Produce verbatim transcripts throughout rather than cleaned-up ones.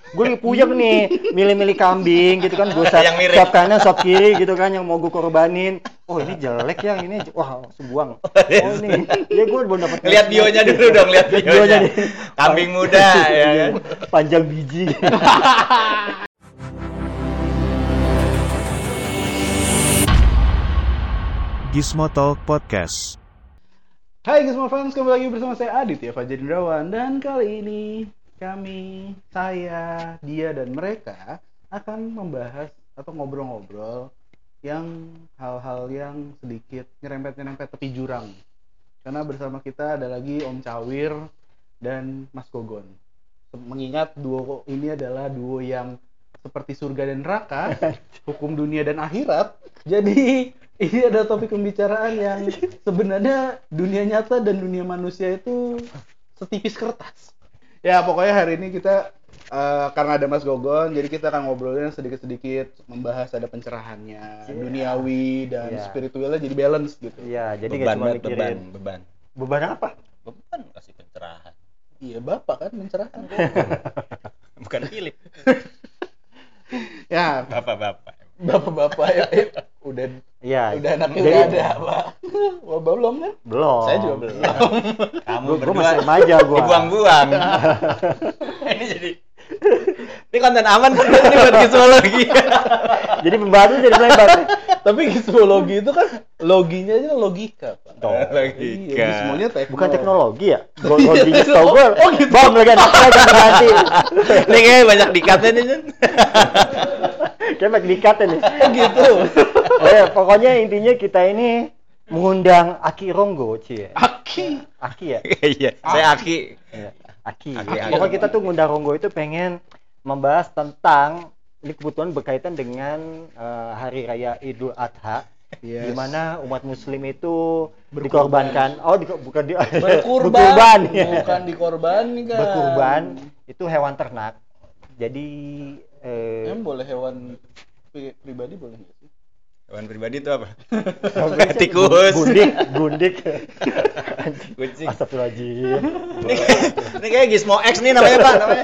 gue lagi puyeng nih, milih-milih kambing gitu kan, gue sop, sop kanan, sop kiri gitu kan, yang mau gue korbanin. Oh ini jelek yang ini, wah sebuang. Oh ini, ya gue belum dapat. Lihat bionya dulu dong, lihat bionya. Kambing muda ya kan, panjang biji. Gizmo Talk Podcast. Hai Gizmo fans, kembali lagi bersama saya Aditya Fajar Indrawan. Dan kali ini kami, saya, dia, dan mereka akan membahas atau ngobrol-ngobrol yang hal-hal yang sedikit nyerempet-nyerempet tepi jurang. Karena bersama kita ada lagi Om Cawir dan Mas Gogon. Mengingat duo ini adalah duo yang seperti surga dan neraka, hukum dunia dan akhirat. Jadi ini ada topik pembicaraan yang sebenarnya dunia nyata dan dunia manusia itu setipis kertas. Ya pokoknya hari ini kita uh, karena ada Mas Gogon, jadi kita akan ngobrolnya sedikit-sedikit membahas ada pencerahannya, yeah. duniawi dan yeah. spiritualnya jadi balance gitu. Iya, yeah, jadi beban, cuma mikirin beban, beban. Beban apa? Beban kasih pencerahan. Iya, Bapak kan mencerahkan. Bukan Philip. Ya, bapak-bapak. Bapak-bapak ya, eh, udah ya, udah anaknya udah ada, Pak. Wah, belum kan? Belum. Saya juga belum. Kamu gua, berdua gua masih remaja gua. Dibuang-buang. Ini jadi ini konten aman kan ini buat gizmologi. Jadi pembahasan jadi melebar. Tapi gizmologi itu kan loginya aja logika, Pak. Oh, logika. Iya, gizmonya teknologi. Bukan teknologi ya? Loginya tau gue. Oh gitu. Bom lagi anaknya ganti-ganti. Ini kayak banyak dikatnya nih, Jen. Kayak banyak dikatnya nih. Oh gitu. Oh ya, pokoknya intinya kita ini mengundang Aki Ronggo, Cie. Aki. Aki ya? Iya, saya Aki. Iya, Aki. Aki, Aki. Pokoknya kita tuh ngundang Ronggo itu pengen membahas tentang, ini kebetulan berkaitan dengan uh, Hari Raya Idul Adha. Yes. Di mana umat muslim itu berkurban. dikorbankan. Oh, di, bukan di berkurban. berkurban. Bukan dikorbankan. Berkurban itu hewan ternak. Jadi eh Em boleh hewan pri- pribadi boleh nggak sih? Hewan pribadi itu apa? tikus. Gundik, gundik. Kucing. Astagfirullahaladzim. Ini, ini kayak Gizmo X nih namanya, Pak, namanya.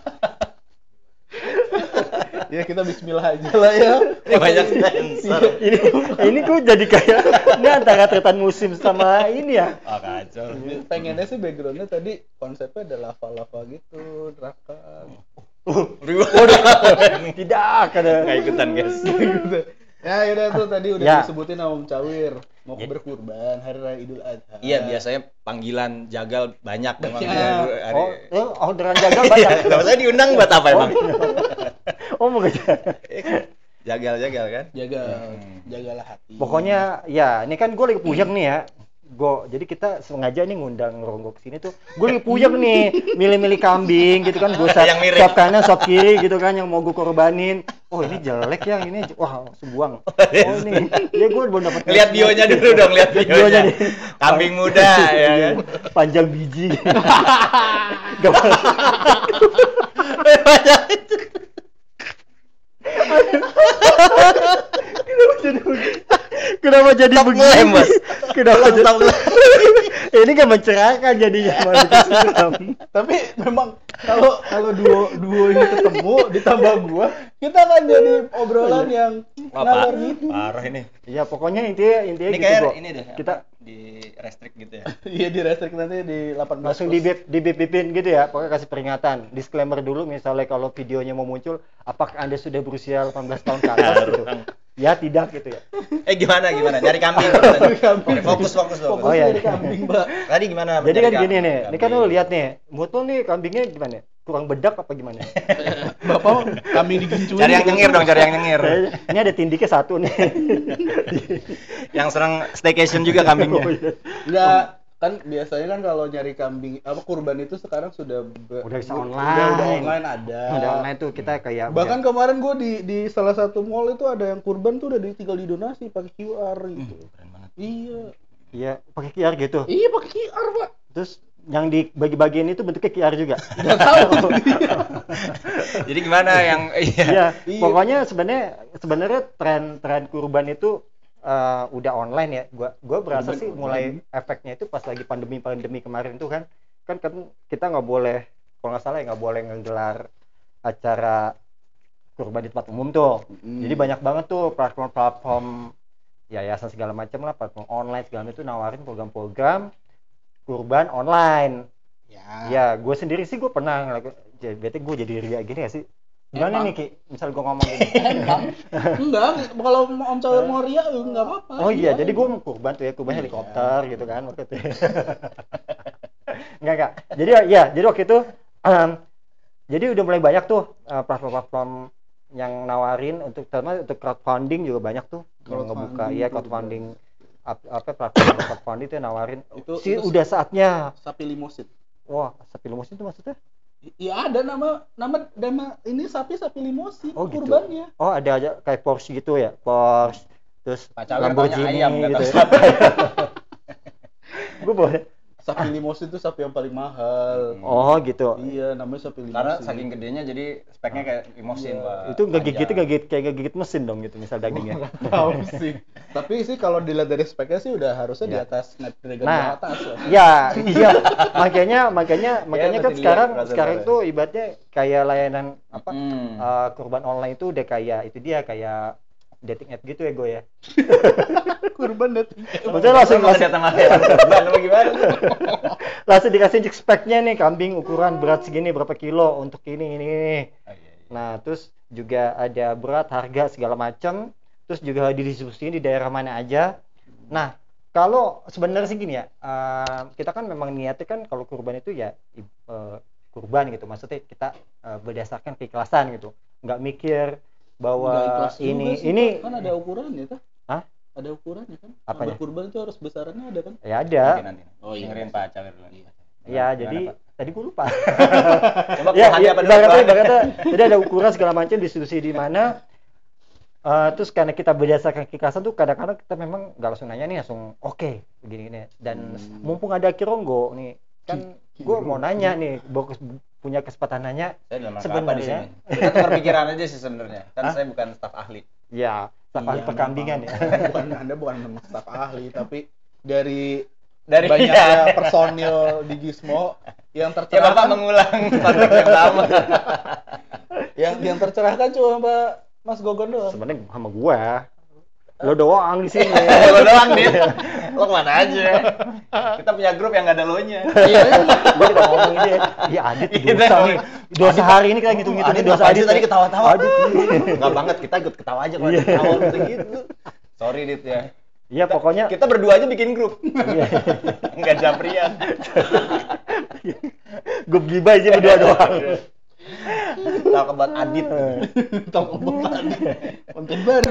Ya kita bismillah aja lah ya. Ini banyak sensor. ini ini kok jadi kayak ini antara tretan musim sama ini ya. Oh, kacau. Pengennya sih backgroundnya tadi konsepnya ada lava-lava gitu, neraka. Tidak ada. Nggak ikutan, guys. Ya udah tuh tadi udah ya. disebutin sama Om Cawir mau Ya. berkurban hari raya Idul Adha. Iya, biasanya panggilan jagal banyak memang. Ya. Hari... Oh, oh orderan jagal banyak. Enggak usah diundang buat apa emang? Oh, mau gak Jagal-jagal kan? Jagal, Hmm. jagalah hati. Pokoknya ya, ini kan gue lagi puyeng nih ya. Gue jadi kita sengaja nih ngundang Ronggo kesini tuh. Gue lagi puyeng nih, milih-milih kambing gitu kan. Gue sop, sop kanan, sop kiri gitu kan, yang mau gue korbanin. Oh ini jelek yang ini, wah sebuang. Oh ini, ya gue belum dapat. Lihat bionya dulu dong, lihat bionya. nih. Kambing muda ya kan. Panjang biji. Kenapa jadi Stop begini? ngelem, Mas. Kenapa jadi Stop ngelem. Ini gak mencerahkan jadinya. Tapi memang kalau kalau duo duo ini ketemu ditambah gua, kita akan jadi obrolan yang ngalor gitu. Parah ini. Iya, pokoknya intinya intinya Ini gitu kayak kok. ini deh. Kita di restrict gitu ya. Iya di restrict nanti di delapan belas langsung di bip di bipin gitu ya. Pokoknya kasih peringatan, disclaimer dulu misalnya kalau videonya mau muncul, apakah Anda sudah berusia delapan belas tahun ke atas gitu. Ya tidak gitu ya. Eh gimana gimana? Nyari kambing. Nyari kambing. Fokus fokus fokus. Oh, iya. dari kambing, Mbak. Tadi gimana? Jadi Nyari kan gini kambing. nih, ini kan lu lihat nih, mood lu nih kambingnya gimana? Kurang bedak apa gimana? Bapak kambing digincuin. Cari yang nyengir dong, cari yang nyengir. Ini ada tindiknya satu nih. Yang serang staycation juga kambingnya. Oh, iya. Enggak, kan biasanya kan kalau nyari kambing apa kurban itu sekarang sudah be- Udah bisa udah- online. udah online ada. Udah online tuh kita kayak Bahkan udah- kemarin gue di di salah satu mall itu ada yang kurban tuh udah di, tinggal didonasi pakai Q R gitu. Hmm, keren banget. Iya. iya pakai Q R gitu. Iya pakai Q R, Pak. Terus yang dibagi-bagiin itu bentuknya Q R juga. Enggak tahu. Jadi gimana yang iya. Iya, Iya. pokoknya sebenarnya sebenarnya tren-tren kurban itu uh, udah online ya. Gua gua berasa Kurban sih online. mulai efeknya itu pas lagi pandemi-pandemi kemarin tuh kan kan kan kita nggak boleh, kalau nggak salah ya nggak boleh ngegelar acara kurban di tempat umum tuh. Hmm. Jadi banyak banget tuh platform-platform yayasan segala macam lah, platform online segala macam itu nawarin program-program kurban online. Ya. Ya, gue sendiri sih gue pernah ngelakuin. Jadi bete gue jadi ria gini ya sih. Gimana Emang? nih Ki? Misal gue ngomong gini. Enggak, kalau Om Cawir mau ria enggak apa-apa. Oh iya, jadi gue mau kurban tuh ya, kurban Iya. helikopter gitu kan waktu itu. Enggak enggak. Jadi ya, jadi waktu itu um, jadi udah mulai banyak tuh uh, platform-platform yang nawarin untuk terutama untuk crowdfunding juga banyak tuh yang ngebuka Crowdfunding ya program. crowdfunding ap- apa platform crowdfunding itu yang nawarin Itu- sih itu- udah saatnya. Sapi limosin. Wah, sapi limosin itu maksudnya? Iya ada nama nama nama ini sapi sapi limosin Oh, gitu. kurbannya. Oh, ada aja kayak Porsche gitu ya, Porsche terus Pak Cawir taunya Lamborghini ayam, nggak gitu. tahu sapi. Gue boleh. Sapi limosin itu sapi yang paling mahal. Oh, gitu. Iya, namanya sapi limosin. Karena saking gedenya jadi speknya kayak limosin, Iya. Pak. Itu nggak Panjang. gigit nggak gigit kayak nggak gigit mesin dong gitu misal dagingnya. tahu sih. Tapi sih kalau dilihat dari speknya sih udah harusnya di Iya. atas Snapdragon Nah. di atas lah. Ya, iya. Makanya makanya makanya kan berarti sekarang dilihat sekarang rata-rata. tuh ibaratnya kayak layanan apa Hmm. eh, kurban online itu udah kayak itu dia kayak dating app gitu ya gue ya. Kurban dating. Maksudnya langsung Mau langsung, datang lagi kurban apa gimana? langsung dikasih speknya nih kambing ukuran berat segini berapa kilo untuk ini ini ini. Oh, iya, iya. Nah, terus juga ada berat, harga segala macam. Terus juga didistribusiin di daerah mana aja. Nah, kalau sebenarnya sih gini ya, eh, kita kan memang niatnya kan kalau kurban itu ya i- eh, kurban gitu. Maksudnya kita eh, berdasarkan keikhlasan gitu. Nggak mikir bahwa Nggak ikhlas juga ini sih, ini Pak. Kan ada ukurannya kan? Hah? Ada ukurannya kan? Apanya? Kalau kurban itu harus besarannya ada kan? ya ada. Nanti, nanti. Oh, iya. Dengerin Pak Cawir dulu. Iya. Ya, Gimana, jadi Pak? tadi gue lupa. Coba ya, keluhannya ya, apa dulu, ibaratnya, Pak? ibaratnya, jadi ada ukuran segala macam distribusi di mana. Eh, terus karena kita berdasarkan keikhlasan tuh kadang-kadang kita memang nggak langsung nanya nih langsung oke begini gini dan Hmm. mumpung ada Kironggo nih kan gue mau nanya nih gua kes- punya kesempatan nanya Saya dalam rangka apa di sebenarnya sini? Kita tukar pikiran aja sih sebenarnya. Kan Hah? saya bukan staf ahli. ya staf ahli Iya, perkambingan ya. memang. Bukan Anda bukan staf ahli, tapi dari Dari banyaknya personil di Gizmo yang Ya tercerahkan Bapak mengulang konteks yang sama. yang yang tercerahkan cuma Mbak Mas Gogon doang. Sebenarnya sama gua lo doang di sini. Lo doang, Dit. Lo kemana aja? Kita punya grup yang nggak ada lo-nya. Gue kita ngomong ini ya, ya Adit dosa nih, dosa hari ini kayak gitu-gitu nih Adit dosa ngapain Adit sih tadi ya. ketawa-tawa? Adit. Enggak banget, kita ikut ketawa aja kalau Iya. ada ketawa gitu gitu. Sorry, Dit ya. Iya pokoknya Kita berdua aja bikin grup. iya. Enggak japrian. Gue gibah sih berdua doang. Talk about Adit. Tahu tadi. Konten baru.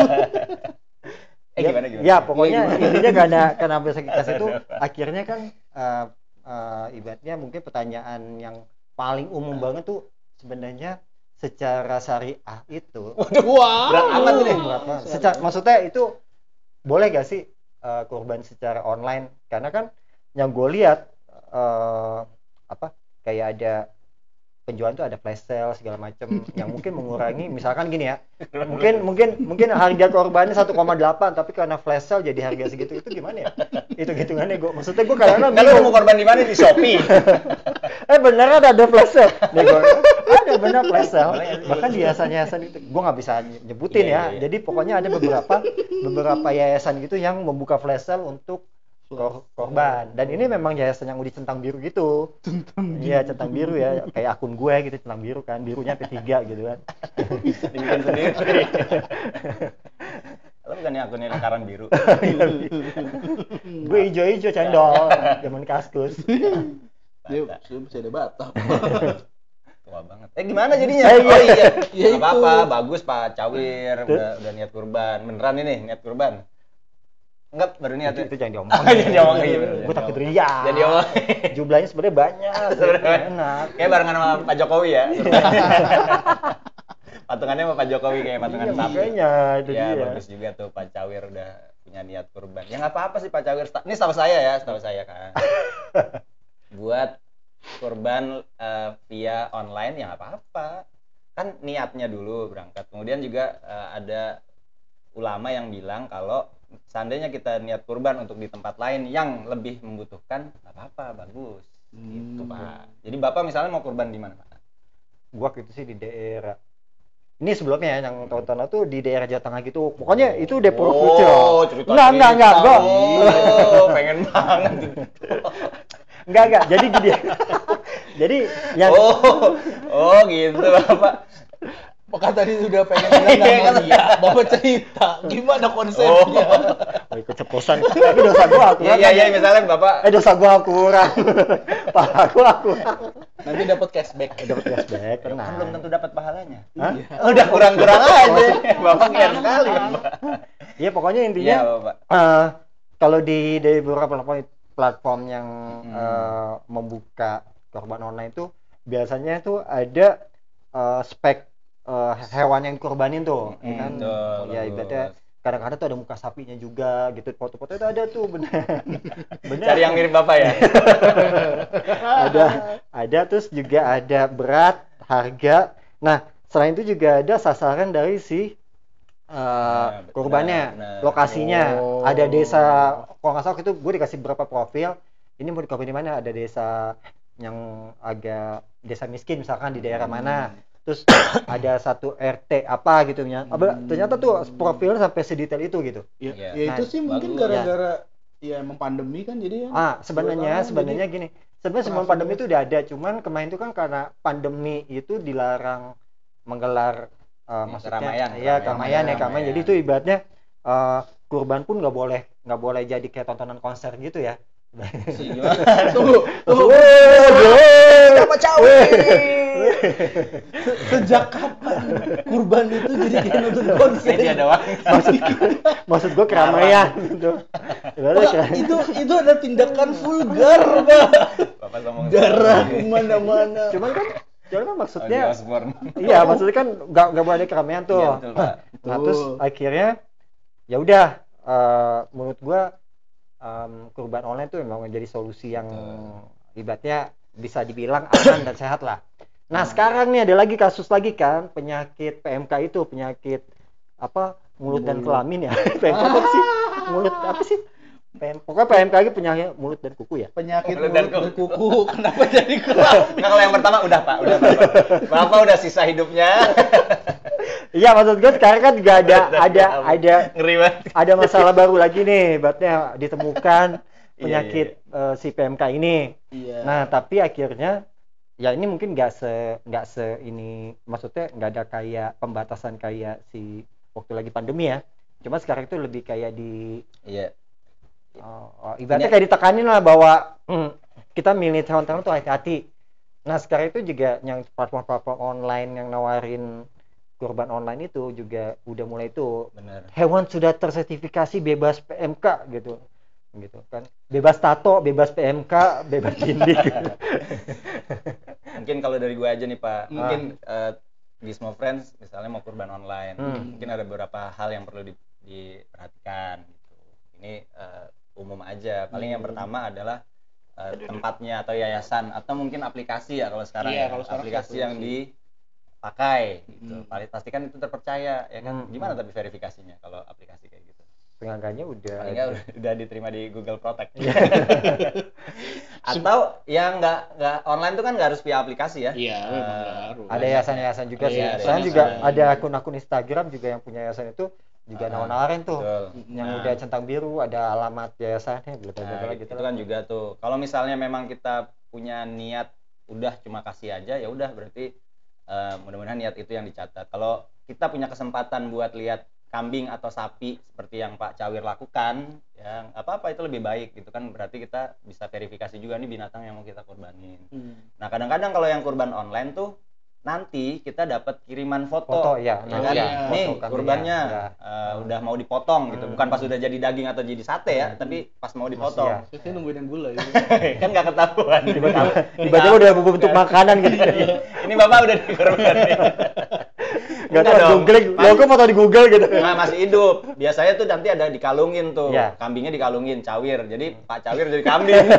Eh ya, gimana gimana? ya pokoknya intinya karena karena basic kelas itu akhirnya kan uh, uh, ibaratnya mungkin pertanyaan yang paling umum banget tuh sebenarnya secara syariah itu Wah. Berat amat ini. berapa? Secara maksudnya itu boleh gak sih uh, kurban secara online? Karena kan yang gue lihat uh, apa kayak ada penjualan tuh ada flash sale segala macam yang mungkin mengurangi misalkan gini ya mungkin mungkin mungkin harga korbannya satu koma delapan tapi karena flash sale jadi harga segitu itu gimana ya itu hitungannya gue maksudnya gue kadang-kadang Kalau bingung. mau korban di mana di Shopee? eh beneran ada flash sale nih gua, ada bener flash sale bahkan di yayasan-yayasan itu gue nggak bisa nyebutin Iya, ya iya, iya. jadi pokoknya ada beberapa beberapa yayasan gitu yang membuka flash sale untuk kor- korban dan ini memang yayasan yang udah centang biru gitu iya centang biru ya kayak akun gue gitu centang biru kan birunya P tiga gitu kan Dibikin sendiri. Lo bukannya akunnya lingkaran biru? gue hijau-hijau cendol zaman kaskus Dia sudah bisa ada Batam. Tua banget. Eh gimana jadinya? Eh, iya. Oh iya. Ya, Nggak apa-apa, itu. bagus Pak Cawir udah udah niat kurban. Beneran ini niat kurban. Enggak, baru niat. itu, ya? itu jangan diomongin Jangan diomongin, iya bener, gue jangan takut diomongin. ria Jadi omongin. jumlahnya sebenarnya banyak Sebenarnya. enak Kayak barengan sama Pak Jokowi ya. Patungannya sama Pak Jokowi kayak patungan iya, sapi. makanya itu Ya dia bagus juga tuh Pak Cawir udah punya niat kurban. Ya nggak apa-apa sih Pak Cawir. Ini setahu saya ya, setahu saya kan. Buat kurban eh, via online ya nggak apa-apa. Kan niatnya dulu berangkat. Kemudian juga eh, ada ulama yang bilang kalau seandainya kita niat kurban untuk di tempat lain yang lebih membutuhkan, nggak apa-apa, bagus. Gitu Hmm. Pak. Jadi Bapak misalnya mau kurban di mana Pak? gua waktu itu sih di daerah ini sebelumnya ya, yang tahun-tahun lalu tuh di daerah Jawa Tengah gitu. Pokoknya itu Depok lucu. Oh, cerita Enggak, enggak, enggak, enggak. Oh, pengen banget. Enggak, enggak. Jadi gini. Jadi yang Oh, oh gitu Bapak. Bapak tadi sudah pengen bilang nggak mau lihat, Bapak cerita gimana konsepnya. oh, ikut ceposan. Tapi dosa gua aku. Iya, iya, iya, misalnya Bapak Eh dosa gua kurang. Pahala gua kurang. Nanti dapat cashback. Dapat cashback, kan tenang. belum tentu dapat pahalanya. Hah? Udah kurang-kurang aja. Bapak kian kali, Bapak. Iya, pokoknya intinya Iya, Bapak. eh, kalau di dari beberapa platform, platform yang Hmm. eh, membuka korban online itu biasanya tuh ada eh, spek eh, hewan yang dikorbanin tuh, ya Hmm, kan? betul, Ya bagus. ibaratnya kadang-kadang tuh ada muka sapinya juga gitu, foto-foto itu ada tuh bener. Bener. Cari yang mirip Bapak ya. ada ada terus juga ada berat, harga. Nah, selain itu juga ada sasaran dari si uh, Nah, benar, korbannya, benar. lokasinya. Oh. Ada desa, kalau nggak salah itu gue dikasih beberapa profil. Ini mau dikorbanin di mana? Ada desa yang agak desa miskin misalkan di daerah mana. Terus ada satu R T apa gitu ya. Apa, ternyata tuh profilnya sampai sedetail itu gitu. Ya, Iya. ya itu Nah, sih mungkin bagus. gara-gara ya emang pandemi kan jadi ya. Ah, sebenarnya Jadi- sebenarnya gini. Sebenarnya sebelum Langsung pandemi ya. itu udah ada, cuman kemarin itu kan karena pandemi itu dilarang menggelar uh, Ya, maksudnya keramaian, iya keramaian, keramaian ya keramaian. keramaian. Jadi itu ibaratnya uh, kurban pun nggak boleh nggak boleh jadi kayak tontonan konser gitu ya. Si gimana? Tunggu, tunggu. Siapa Sejak kapan kurban itu jadi kayak nonton konser? Dia doang. maksud maksud gue keramaian gitu. Ibaratnya Pak, kayak- itu itu ada tindakan vulgar, Pak. Bapak ngomong Darah kemana-mana. Cuman kan cuman kan Ozzy maksudnya Osbourne. iya maksudnya kan nggak nggak boleh ada keramaian tuh. Iya, betul, Pak. Nah, terus Betul. akhirnya ya udah eh, menurut gua em, kurban online tuh memang menjadi solusi yang ibaratnya bisa dibilang aman dan sehat lah. Nah, sekarang nih ada lagi kasus lagi kan penyakit P M K itu, penyakit apa mulut dan Mulut. kelamin ya. P M K apa sih? Mulut apa sih? P M, pokoknya P M K lagi penyakit mulut dan kuku ya. Penyakit Mulut mulut dan dan kuku. kuku. Kenapa jadi kelamin? Nggak, kalau yang pertama udah Pak, udah Bapak. Bapak udah sisa hidupnya. Iya, maksud gue sekarang kan juga ada ada ada Ngeri banget. ada masalah baru lagi nih, ibaratnya ditemukan Iya, penyakit eh, si P M K ini. Iya. Nah, tapi akhirnya ya ini mungkin nggak se nggak se ini maksudnya nggak ada kayak pembatasan kayak si waktu lagi pandemi ya. Cuma sekarang itu lebih kayak di Iya. uh, uh, ibaratnya Ini- kayak ditekanin lah bahwa hmm, kita milih hewan-hewan tuh hati-hati. Nah, sekarang itu juga yang platform-platform online yang nawarin kurban online itu juga udah mulai itu Bener. hewan sudah tersertifikasi bebas P M K gitu gitu kan, bebas tato, bebas P M K, bebas tindik gitu. Mungkin kalau dari gue aja nih Pak, Hmm. mungkin eh, Gizmo Friends misalnya mau kurban online, Hmm. mungkin ada beberapa hal yang perlu di- diperhatikan gitu. Ini eh, umum aja. Paling yang Hmm. pertama adalah eh, tempatnya atau yayasan atau mungkin aplikasi ya kalau sekarang Iya, ya. kalau sekarang aplikasi sih yang dipakai gitu. Hmm. Paling pastikan itu terpercaya ya kan. Hmm. Gimana tapi verifikasinya kalau aplikasi kayak gitu? Pengangganya udah Paling nggak udah, udah diterima di Google Protect. Iya. Atau yang nggak nggak online tuh kan nggak harus via aplikasi ya. Iya, Eh, memang nggak harus. ada yayasan-yayasan juga Iya, sih. ada Soalnya yayasan. juga ada akun-akun Instagram juga yang punya yayasan itu juga Ah, nawarin tuh. Betul. Yang Nah, udah centang biru ada alamat yayasannya bla bla nah, bla gitu, gitu itu kan juga tuh. Kalau misalnya memang kita punya niat udah cuma kasih aja ya udah berarti eh, mudah-mudahan niat itu yang dicatat. Kalau kita punya kesempatan buat lihat kambing atau sapi seperti yang Pak Cawir lakukan, ya apa-apa itu lebih baik gitu kan. Berarti kita bisa verifikasi juga nih binatang yang mau kita korbanin. Hmm. Nah, kadang-kadang kalau yang kurban online tuh nanti kita dapat kiriman foto, Foto ya, ya nah, kan? iya, Nih foto kambingnya, kurbannya ya. eh, udah mau dipotong gitu, Hmm. bukan pas udah jadi daging atau jadi sate ya, Hmm. tapi pas mau Masih dipotong. ya. Saya nungguin yang gula ya. Kan nggak ketahuan. Tiba-tiba Ini tiba-tiba apa? udah bentuk makanan gitu. Ini bapak udah dikorbanin. Gak Enggak tau dong. googling, lo kok foto di Google gitu. Nah, masih hidup. Biasanya tuh nanti ada dikalungin tuh. Iya. Kambingnya dikalungin, cawir. Jadi Pak Cawir jadi kambing.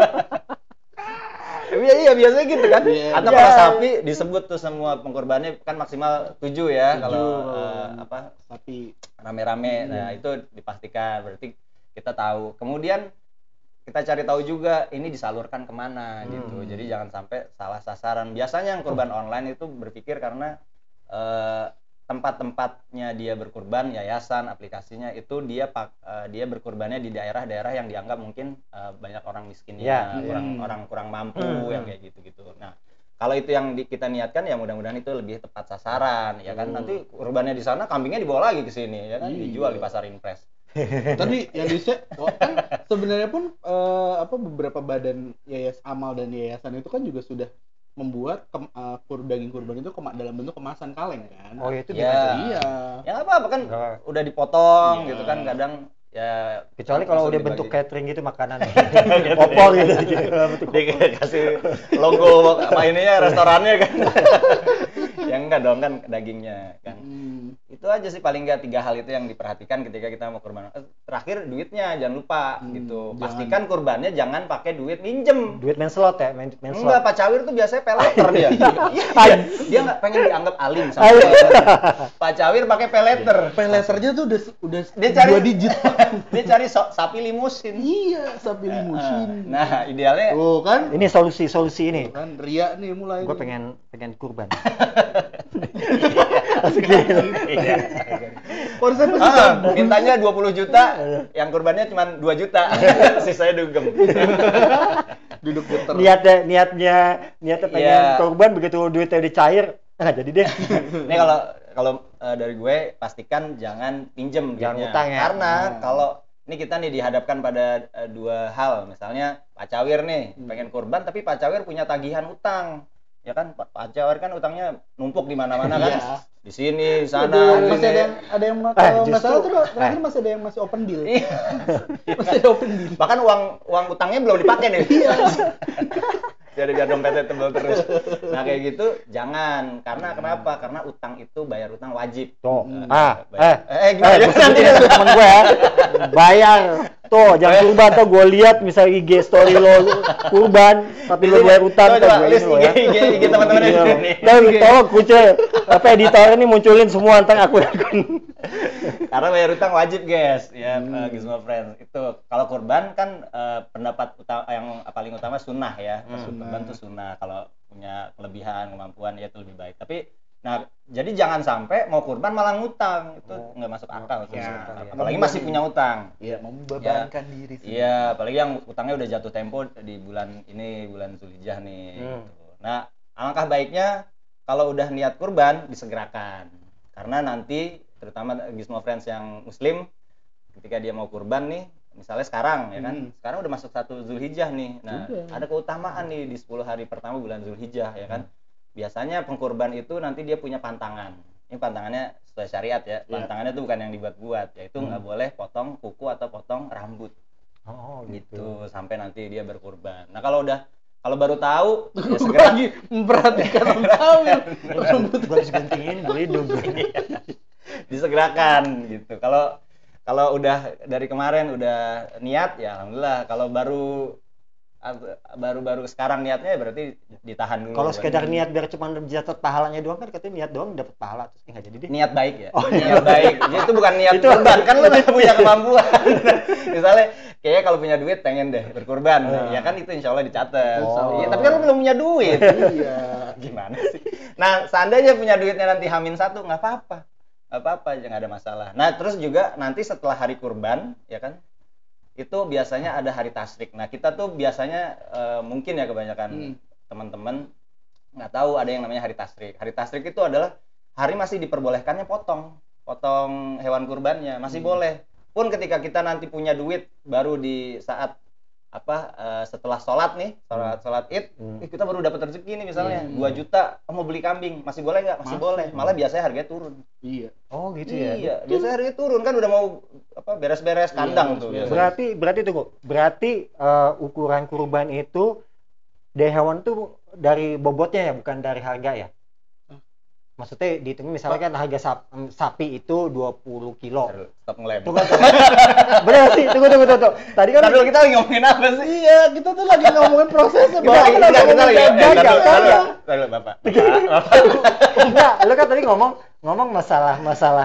Iya iya biasanya gitu kan. Iya. Atau Iya. kalau sapi disebut tuh semua pengkorbannya kan maksimal tujuh ya Tujuh, kalau kalau eh, apa Tapi rame-rame. Hmm. Nah, itu dipastikan berarti kita tahu. Kemudian kita cari tahu juga ini disalurkan kemana Hmm. gitu. Jadi jangan sampai salah sasaran. Biasanya yang kurban online itu berpikir karena eh, tempat-tempatnya dia berkurban, yayasan, aplikasinya itu dia pak, eh, dia berkurbannya di daerah-daerah yang dianggap mungkin eh, banyak orang miskinnya, Ya. kurang Hmm. orang kurang mampu Hmm. yang kayak gitu-gitu. Nah, kalau itu yang di, kita niatkan ya mudah-mudahan itu lebih tepat sasaran ya kan. Hmm. Nanti kurbannya di sana, kambingnya dibawa lagi ke sini ya kan, Iya. dijual di pasar impres. Tadi yang di share oh, kan sebenarnya pun eh, apa beberapa badan yayasan amal dan yayasan itu kan juga sudah membuat kem, eh, kur, daging kurban itu kema, dalam bentuk kemasan kaleng kan. Oh itu Ya. gimana? Iya. Ya nggak apa-apa kan, Nggak. udah dipotong Iya. gitu kan, kadang ya Kecuali kalau langsung udah bentuk dibagi. catering gitu makanan. Opor gitu. Dia kasih logo apa ininya restorannya kan. Ya enggak dong kan dagingnya kan. Hmm. Itu aja sih paling nggak tiga hal itu yang diperhatikan ketika kita mau kurban. Eh, Terakhir duitnya jangan lupa Hmm, gitu. jangan. Pastikan kurbannya jangan pakai duit minjem. Duit menslot ya, men menslot. Enggak, Pak Cawir tuh biasanya peleter dia. Iya, Ay. dia nggak pengen dianggap alim sama Ay. Pak Cawir pakai peleter. Peleternya tuh udah udah Dia cari dua digit. Dia cari so- sapi limusin. Iya, sapi limusin. Nah, idealnya Tuh kan? Ini solusi-solusi ini. Tuh kan Ria nih mulai. Gue nih. pengen pengen kurban. iya. Konsep pasti Ah, kan. mintanya dua puluh juta, yang kurbannya cuma dua juta. Sisanya dugem. Duduk geter. Niatnya niatnya niatnya pengen Iya. kurban, begitu duitnya udah cair, ah jadi deh. Ini kalau kalau eh, dari gue pastikan jangan pinjem Jangan duitnya. utang ya. Karena Hmm. kalau ini kita nih dihadapkan pada eh, dua hal, misalnya Pak Cawir nih Hmm. pengen kurban tapi Pak Cawir punya tagihan utang. Ya kan Pak Pak Cawir kan utangnya numpuk di mana-mana kan. Iya. Di sini, di sana, Aduh, di masih sini. ada yang ada yang Eh, kalau nggak justru- salah tuh terakhir eh. masih ada yang masih open deal. Iya. Masih ada open deal. Bahkan uang uang utangnya belum dipakai nih. Iya. Jadi biar dompetnya tebal terus. Nah kayak gitu jangan. Karena kenapa? Karena utang itu bayar utang wajib. Tuh. Hmm. Ah, eh. Bayar- eh gimana? Eh, ya? gue sebutin ya temen gue ya. Bayar. Tuh, jangan kurban tuh gue lihat misalnya I G story lo kurban, tapi lo bayar utang tuh Coba, coba, gue list ini lo I G, ya. I G, I G teman-teman di sini. Tahu tolong kucel apa editor ini munculin semua tentang akun-akun. Karena bayar utang wajib, guys. Ya, Hmm. uh, Gizmo Friends. Itu kalau kurban kan uh, pendapat utama, yang paling utama sunnah ya. Pas Hmm. kurban tuh sunnah. Kalau punya kelebihan, kemampuan ya itu lebih baik. Tapi nah, jadi jangan sampai mau kurban malah ngutang. Itu Oh. nggak masuk akal tuh. Masuk Nah, akal, ya. apalagi masih punya utang. Iya, membebankan diri sendiri. Iya, apalagi yang utangnya udah jatuh tempo di bulan ini, bulan Zulhijjah nih. Hmm. Gitu. Nah, alangkah baiknya kalau udah niat kurban disegerakan. Karena nanti terutama Gizmo Friends yang muslim ketika dia mau kurban nih, misalnya sekarang ya kan, Hmm. sekarang udah masuk satu Zulhijjah nih. Nah, Udah. ada keutamaan nih di sepuluh hari pertama bulan Zulhijjah ya kan. Biasanya pengkurban itu nanti dia punya pantangan. Ini pantangannya sesuai syariat ya. Iya. Pantangannya itu bukan yang dibuat-buat, yaitu nggak boleh potong kuku atau potong rambut Oh, gitu sampai nanti dia berkurban. Nah kalau udah kalau baru tahu ya Gue segera lagi memperhatikan tahu rambut. Gue harus gantiin gue hidup. disegerakan gitu. Kalau kalau udah dari kemarin udah niat ya alhamdulillah. Kalau baru baru-baru sekarang niatnya berarti ditahan dulu. Kalau kan. sekedar niat biar cuma dapat pahalanya doang kan katanya niat doang dapat pahala terus nggak jadi deh. Niat baik ya. Oh, niat baik. Jadi itu bukan niat Itu- kurban kan lu udah punya kemampuan. Misalnya kayaknya kalau punya duit pengen deh berkurban. Ah. Ya kan itu insya Allah dicatat. Oh. Iya, tapi kan lu belum punya duit. Iya. Gimana sih? Nah, seandainya punya duitnya nanti hamin satu, nggak apa-apa. Nggak apa-apa, jangan ada masalah. Nah, terus juga nanti setelah hari kurban, ya kan, itu biasanya ada hari tasrik. Nah, kita tuh biasanya eh, mungkin ya kebanyakan Hmm. teman-teman nggak tahu ada yang namanya hari tasrik. Hari tasrik itu adalah hari masih diperbolehkannya potong. Potong hewan kurbannya, masih Hmm. boleh. Pun ketika kita nanti punya duit, baru di saat apa eh, setelah sholat nih sholat sholat id Hmm. eh, kita baru dapat rezeki nih misalnya Hmm. dua juta oh, mau beli kambing masih boleh nggak masih Masih. boleh malah biasanya harganya turun Iya. Oh gitu ya. iya biasanya harganya turun kan udah mau apa beres-beres kandang Iya, tuh iya. biasanya. Berarti berarti tunggu. Berarti eh, ukuran kurban itu dari hewan tuh dari bobotnya ya bukan dari harga ya? Maksudnya dihitungin misalnya kan harga sap- em, sapi itu dua puluh kilo. Aduh, stop ngelem Tunggu, tunggu. Bener sih, tunggu, tunggu, tunggu, tunggu. Tadi kan Ntar dulu kita lagi ngomongin apa sih Iya, kita tuh lagi ngomongin prosesnya, kita Bang. lagi kita, kita lagi ngomongin eh, ntar dagang, dulu, ntar dulu, dagang. ntar dulu, bapak Bapak, bapak. enggak, lu kan tadi ngomong ngomong masalah masalah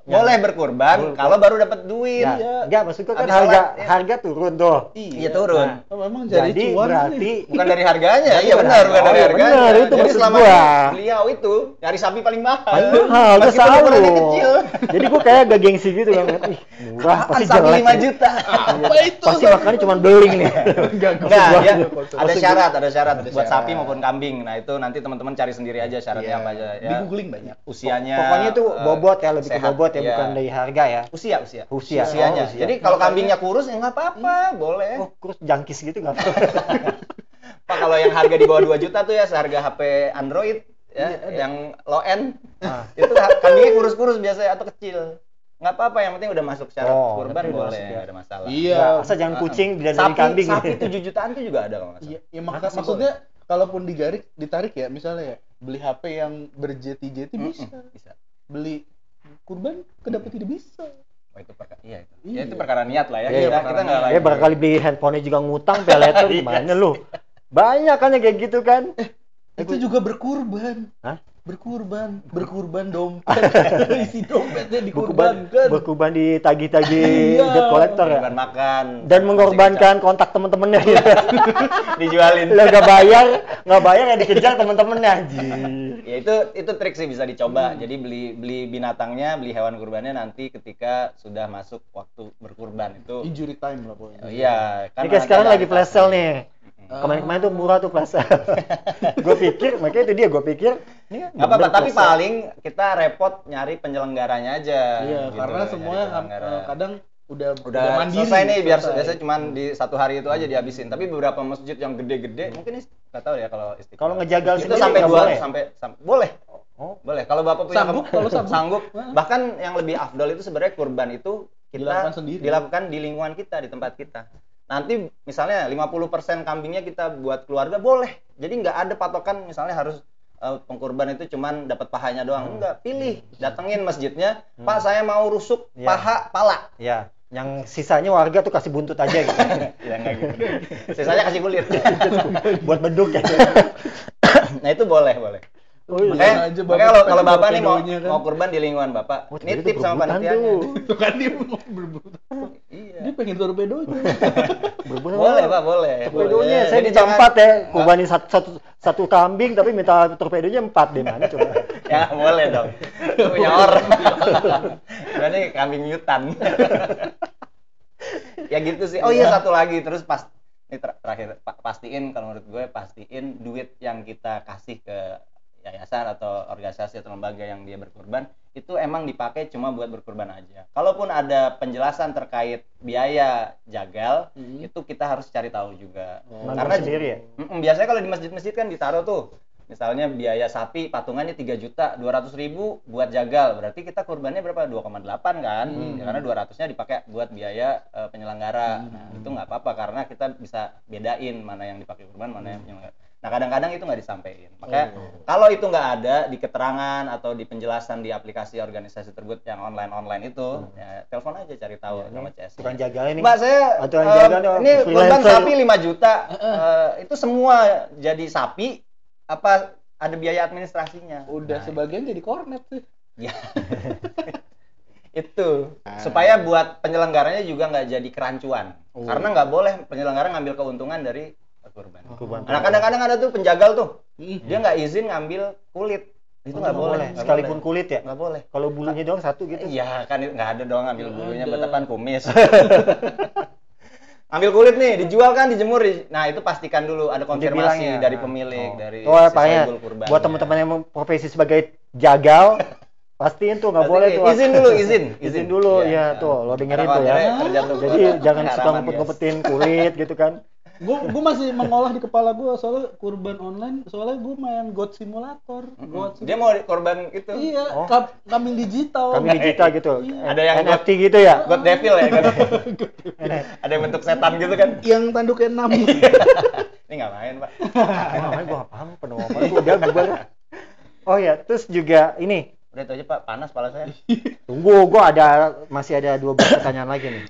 boleh berkurban kalau baru dapat duit. Ya, Ya. enggak maksud gua kan Habis harga sholat, ya. harga turun tuh. Iya turun. Nah, Oh, memang jadi, Jadi cuan berarti nih. Bukan dari harganya, Jadi iya benar, bukan oh, dari iya harganya. benar, itu Jadi maksud selama gua. ini beliau itu nyari sapi paling mahal. paling mahal gua Meskipun selalu. ukurannya kecil. Jadi gua kayak gak gengsi gitu kan. Ih, murah Apaan pasti sapi jelek. lima juta. Apa itu? Pasti makannya cuma beling nih. Enggak, Enggak, gua- dia maksud ada gua- syarat, ada syarat buat syarat. sapi maupun kambing. Nah, itu nanti teman-teman cari sendiri aja syaratnya Iya. apa aja Di ya. googling banyak. Usianya Pokoknya itu eh, bobot ya, lebih ke sehat, bobot ya, iya. bukan dari harga ya. Usia, usia. Usia. Usianya. Oh, usia. Jadi kalau kambingnya kurus ya nggak apa-apa, boleh. Oh, terus jangkis gitu nggak apa-apa. Pak, kalau yang harga di bawah dua juta tuh ya seharga H P Android ya, Iya, ada. yang low end. Ah. Itu kambingnya kurus-kurus biasanya atau kecil. Nggak apa-apa, yang penting udah masuk syarat Oh, kurban berarti udah boleh, masuk ya. nggak ada masalah. Iya. Ya, asal jangan kucing dan dari Sapi, kambing. sapi tujuh jutaan tuh juga ada kalau nggak salah. Iya, ya maka, Masa sih maksudnya kalaupun digarik ditarik ya, misalnya ya beli H P yang berjeti-jeti Mm-mm, bisa. bisa. Beli kurban kedapet tidak bisa. Oh, itu perkara, iya itu. Iya. Ya itu perkara niat lah ya. Iya, kita perkara kita nggak niat. lagi. Ya barangkali beli handphonenya juga ngutang, pay later gimana lu? Banyak kan yang kayak gitu kan. Itu juga berkurban. Hah? Berkurban, berkurban dompet. Isi dompetnya Berkuban, dikurbankan. berkuban ditagi-tagi Iya. debt collector ya. Korban makan. Dan mengorbankan kontak temen-temennya gitu. dijualin. Lo gak bayar, gak bayar ya dikejar temen-temennya anjir. Ya itu itu trik sih bisa dicoba. Jadi beli beli binatangnya, beli hewan kurbannya nanti ketika sudah masuk waktu berkurban itu. Injury time lah pokoknya. Oh, iya, Ini kayak sekarang lagi flash sale nih. Ah. Kemarin-kemarin tuh murah tuh flash sale. Gue pikir, makanya itu dia gue pikir. Ini Nggak apa-apa, bener tapi flash sale. paling kita repot nyari penyelenggaranya aja. Iya, gitu, karena nyari semuanya penyelenggara. eh, kadang udah udah, mandiri. selesai nih, biar selesai. biasanya cuma di satu hari itu aja dihabisin. Tapi beberapa masjid yang gede-gede mungkin ist- nggak tahu ya kalau istiqlal. Kalau ngejagal itu sendiri sampai nggak dua boleh? sampai sam- boleh. Oh, Boleh. Kalau Bapak punya Sanggup, kalau sanggup. Bahkan yang lebih afdol itu sebenarnya kurban itu kita Dilakukan sendiri. dilakukan di lingkungan kita, di tempat kita. Nanti misalnya lima puluh persen kambingnya kita buat keluarga boleh. Jadi nggak ada patokan misalnya harus eh, pengkurban itu cuman dapat pahanya doang. Enggak, pilih. Datengin masjidnya, "Pak, saya mau rusuk Iya. paha, pala." ya. Yang sisanya warga tuh kasih buntut aja gitu. Ya enggak gitu. Sisanya kasih kulit. Buat beduk ya. Nah, itu boleh, boleh. Oh, iya. Makanya, Aja Bapak makanya kalau kalau pakai Bapak nih mau torpedonya kan. mau kurban di lingkungan Bapak, Oh, ternyata nitip itu sama berebutan panitianya. tuh. Itu kan dia mau berebut. Iya. Dia pengen torpedonya. Berbunyi. Boleh, Pak, boleh. Torpedonya Boleh. saya Jadi minta jangan- empat ya, kurbanin satu, satu, satu kambing tapi minta torpedonya empat deh mana coba. Ya, boleh dong. Itu punya orang. Berarti kambing mutan. Ya gitu sih. Oh iya, satu lagi terus pas ini ter- terakhir pa- pastiin kalau menurut gue pastiin duit yang kita kasih ke yayasan atau organisasi atau lembaga yang dia berkurban itu emang dipakai cuma buat berkurban aja. Kalaupun ada penjelasan terkait biaya jagal, Hmm. itu kita harus cari tahu juga. Oh. Nanggung Karena sendiri ya. Mm-mm, biasanya kalau di masjid-masjid kan ditaruh tuh, misalnya biaya sapi patungannya tiga juta, dua ratus ribu buat jagal, berarti kita kurbannya berapa? dua koma delapan kan? Hmm. Ya, karena dua ratusnya dipakai buat biaya eh, penyelenggara. Hmm. Nah, itu nggak apa-apa karena kita bisa bedain mana yang dipakai kurban, mana yang penyelenggara. Nah, kadang-kadang itu nggak disampaikan. Makanya Oh. kalau itu nggak ada di keterangan atau di penjelasan di aplikasi organisasi tersebut yang online-online itu, ya telepon aja cari tahu sama C S. Tukang jagal ini. Mbak, saya Aturan eh, jagal nih, ini kurban freelancer. sapi lima juta. Eh, itu semua jadi sapi apa ada biaya administrasinya? Udah Nah, sebagian jadi kornet sih. ya. Itu supaya buat penyelenggaranya juga nggak jadi kerancuan. Oh. Karena nggak boleh penyelenggara ngambil keuntungan dari kurban. Kurban. Nah, kadang-kadang ada tuh penjagal tuh, Hmm. dia nggak izin ngambil kulit. Itu Oh, nggak nggak boleh. nggak Sekalipun boleh. kulit ya. Nggak boleh. Kalau bulunya doang satu gitu. Iya, kan nggak ada dong ngambil Nggak bulunya ada. buat apaan, kumis. Ambil kulit nih, dijual kan, dijemur. di- Nah, itu pastikan dulu ada konfirmasi Dibilangnya. dari pemilik, Oh. dari Oh, apa ya? Soebul kurbannya. Buat teman-teman yang profesi sebagai jagal, pastiin tuh nggak Pasti boleh tuh. izin dulu, izin, Izin dulu, Iya. ya tuh, lo dengerin Karena tuh ya. khawatirnya terjatuh Jadi ke jangan suka haraman, ngumpet-ngumpetin kulit gitu kan. Gue gue masih mengolah di kepala gue soalnya kurban online, soalnya gue main God Simulator. guys. God Dia mau korban itu. Iya, Oh. kam- kambing digital. Kami digital gitu. Ada yang N F T gitu ya. God Devil ya, God. Ada yang bentuk setan gitu kan. Yang tanduknya enam. Ini nggak main, Pak. Namanya gua nggak paham penomoran gua udah bubar. Oh ya, terus juga ini. Udah itu aja, Pak. Panas kepala saya. Tunggu, gua ada masih ada dua belas pertanyaan lagi nih.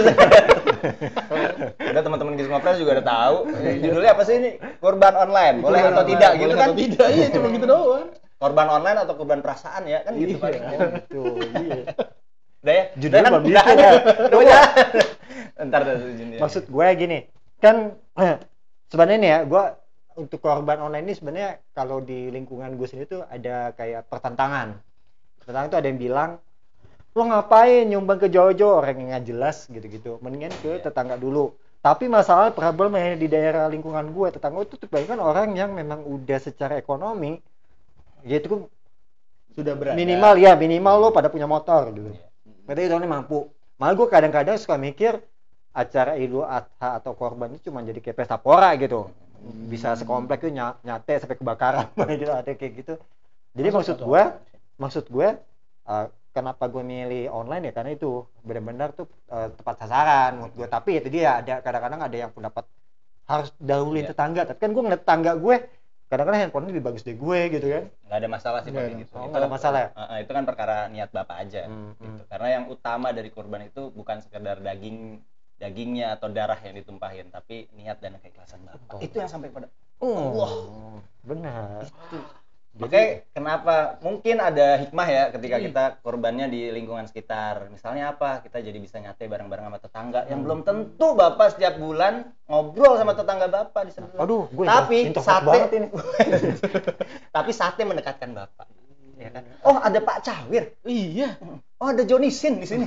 Udah teman-teman Gizmo Press juga udah tahu. Eh, Judulnya apa sih ini? Kurban online. Boleh atau tidak gitu Boleh kan? atau tidak, iya cuma gitu doang. Korban online atau korban perasaan ya kan gitu Iya. paling. Oh, gitu. Iya. Udah ya? Judul Udah kan? belum Udah bikin kan? ya. Udah ya? Ntar dah judulnya. Maksud gue gini, kan sebenarnya nih ya, gue untuk korban online ini sebenarnya kalau di lingkungan gue sendiri tuh ada kayak pertentangan. Pertentangan tuh ada yang bilang, lo ngapain nyumbang ke jauh-jauh, orang yang nggak jelas gitu-gitu. Mendingan ke tetangga dulu. Tapi masalah problemnya di daerah lingkungan gue, tetangga itu kebanyakan orang yang memang udah secara ekonomi, gitu Sudah berada. minimal ya minimal lo pada punya motor gitu. Berarti itu orang mampu. Malah gue kadang-kadang suka mikir acara Idul Adha atau korban itu cuma jadi kayak pesta pora gitu. Bisa sekomplek tuh ny- nyate sampai kebakaran gitu, ada kayak gitu. Jadi maksud gue, maksud gue uh, kenapa gue milih online ya karena itu benar-benar tuh uh, tepat sasaran menurut gue. Tapi itu dia ada kadang-kadang ada yang pendapat harus dahuluin Iya. tetangga. Tapi kan gue ngeliat tetangga gue kadang-kadang handphone lebih bagus dari gue gitu kan. Nggak ada masalah sih Nggak pakai ada gitu. masalah. Oh, Itu- nggak ada masalah ya? uh, uh, itu kan perkara niat bapak aja. Hmm, Gitu. hmm. Karena yang utama dari kurban itu bukan sekedar daging dagingnya atau darah yang ditumpahin, tapi niat dan keikhlasan bapak. Oh. Itu yang sampai pada Oh, benar. Makanya kenapa mungkin ada hikmah ya ketika Hmm. kita korbannya di lingkungan sekitar. Misalnya apa? Kita jadi bisa nyate bareng-bareng sama tetangga yang belum tentu Bapak setiap bulan ngobrol sama tetangga Bapak di sebelah. Aduh, gue Tapi introvert sate banget ini. Tapi sate mendekatkan Bapak. Ya kan? Oh, ada Pak Cawir. Iya. Oh, ada Johnny Sin di sini.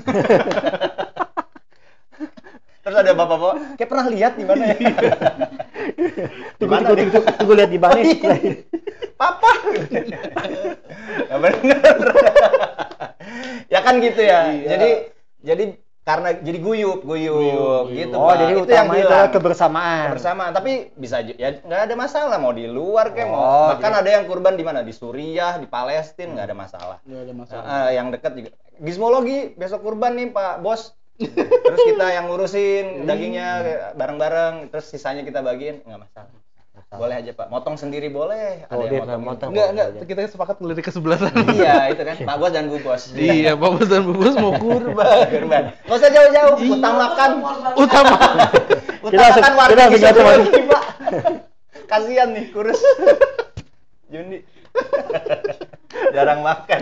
Terus ada bapak-bapak, kayak pernah lihat di mana ya? Di Tunggu, mana tunggu, nih? tunggu, tunggu lihat di mana nih? Papa. Ya bener. Ya kan gitu ya. Iya. Jadi jadi karena jadi guyup, guyup, Guyup, gitu. Oh, Pak. jadi itu yang utama itu bilang. kebersamaan. Bersama, tapi bisa aja- ya nggak ada masalah mau di luar kayak Oh, mau bahkan jadi- ada yang kurban di mana di Suriah, di Palestina nggak ada masalah. Nggak ada masalah. Ah, yang dekat juga. Gizmologi besok kurban nih Pak Bos. Terus kita yang ngurusin dagingnya bareng-bareng, terus sisanya kita bagiin nggak masalah. Boleh aja Pak, motong sendiri boleh. Ada Oh, dia yang motong. motong. Enggak, enggak, kita sepakat ngelirik ke sebelah sana. Iya itu kan Pak Bos dan Bu Bos. Iya, Pak Bos dan Bu Bos mau kurban. Kurban. Nggak usah jauh-jauh, utamakan Utama. Kita langsung- utamakan warga kita langsung jatuh, Gizmologi Pak. Kasihan nih kurus. Jundi. Jarang makan.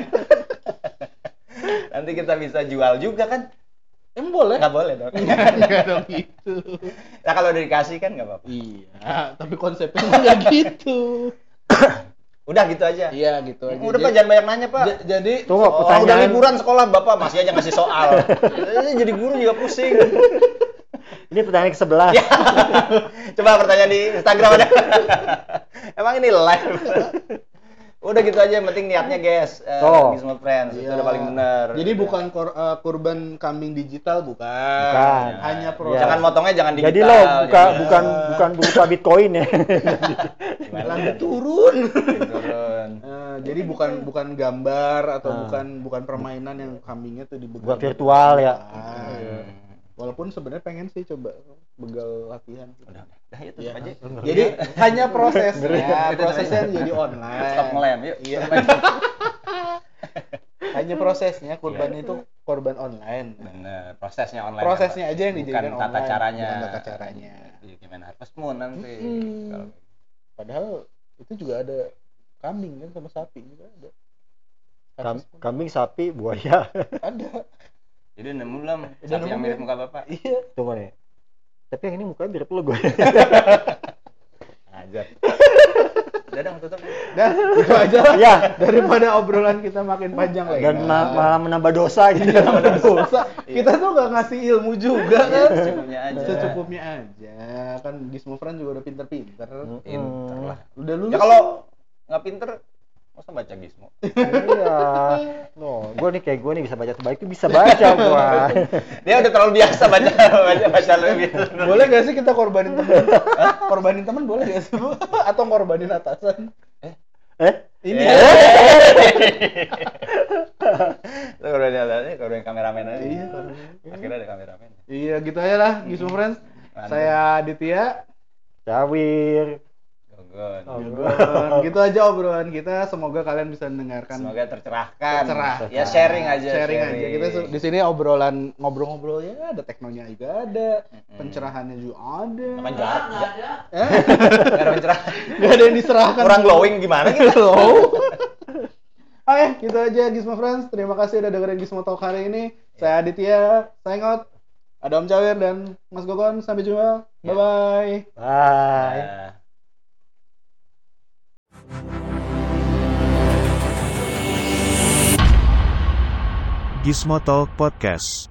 Nanti kita bisa jual juga kan? Emang boleh? Nggak boleh dong. Enggak dong gitu. Nah kalau udah dikasih kan nggak apa-apa. Iya, tapi konsepnya enggak gitu. Udah gitu aja. Iya, gitu aja. Udah Pak, jangan banyak nanya Pak. J- jadi Tunggu, Oh, pertanyaan. udah liburan sekolah Bapak masih aja ngasih soal. Jadi guru juga pusing. Ini pertanyaan ke sebelah. Ya. Coba pertanyaan di Instagram ada. Emang ini live. Udah gitu aja, yang penting niatnya guys. Uh, Oh. Gizmo Friends, itu Iya. udah paling benar. Jadi bukan kor- eh, kurban kambing digital bukan. Bukan. Hanya Iya. proses. Jangan motongnya jangan digital. Jadi lo buka, Jadi- bukan bukan berupa Bitcoin ya. Gimana? Lagi turun. Turun. Eh, jadi bukan bukan gambar atau Ah. bukan bukan permainan yang kambingnya tuh dibegal. Bukan virtual ya. Ah, iya. Hmm. Walaupun sebenarnya pengen sih coba begal latihan. Udah, udah ya tutup Iya. aja. Jadi hanya prosesnya, Ngeri. prosesnya jadi online. Stop ngelem yuk. Iya. Hanya prosesnya kurban itu korban online. Bener, prosesnya online. Prosesnya kan, aja yang Pak? dijadikan Bukan tata online, caranya. bukan tata caranya. Iya, gimana Harvest Moon nanti. Mm-mm. Kalau- Padahal itu juga ada kambing kan sama sapi juga ada. Kam- kambing, sapi, buaya. Ada. Jadi nemu belum Udah sapi nemu yang mirip belum? muka Bapak? Iya. Tunggu nih. Tapi yang ini mukanya mirip lo gue. Ajar. Udah dong tutup. Dah, itu aja lah. Ya. Daripada obrolan kita makin panjang lagi. Dan ma- malah menambah dosa gitu. dosa. Kita tuh gak ngasih ilmu juga kan. Secukupnya aja. Secukupnya aja. Kan Gizmo Friends juga udah pinter-pinter. Pinter lah. Udah lulus. Ya kalau nggak pinter, nggak usah baca Gizmo. Iya. No, gue nih kayak gue nih bisa baca terbaik tuh bisa baca gua. Dia udah terlalu biasa baca baca baca lebih. boleh gak sih kita korbanin temen? Hah? Korbanin temen boleh gak sih? Bu? Atau korbanin atasan? Eh? Ini Eh. ya. Itu korban ini korban kameramen aja. Iya. Akhirnya ada kameramen. Iya gitu aja lah Gizmo Friends. Mantap. Saya Aditya. Cawir. Gogon. Oh. Gogon. Gitu aja obrolan kita. Semoga kalian bisa mendengarkan. Semoga tercerahkan. Tercerahkan. Ya sharing aja. Sharing aja. Kita su- di sini obrolan ngobrol-ngobrol ya, ada teknonya juga ada, pencerahannya juga ada. Apa jahat? Eh? Nggak ada pencerah. Gak ada yang diserahkan. Kurang glowing gimana gitu? Low. Oke, gitu aja Gizmo Friends. Terima kasih udah dengerin Gizmo Talk hari ini. Saya Aditya, sign out. Ada Om Cawir dan Mas Gokon. Sampai jumpa. Ya. Bye-bye. Bye. Nah. Gizmo Talk Podcast.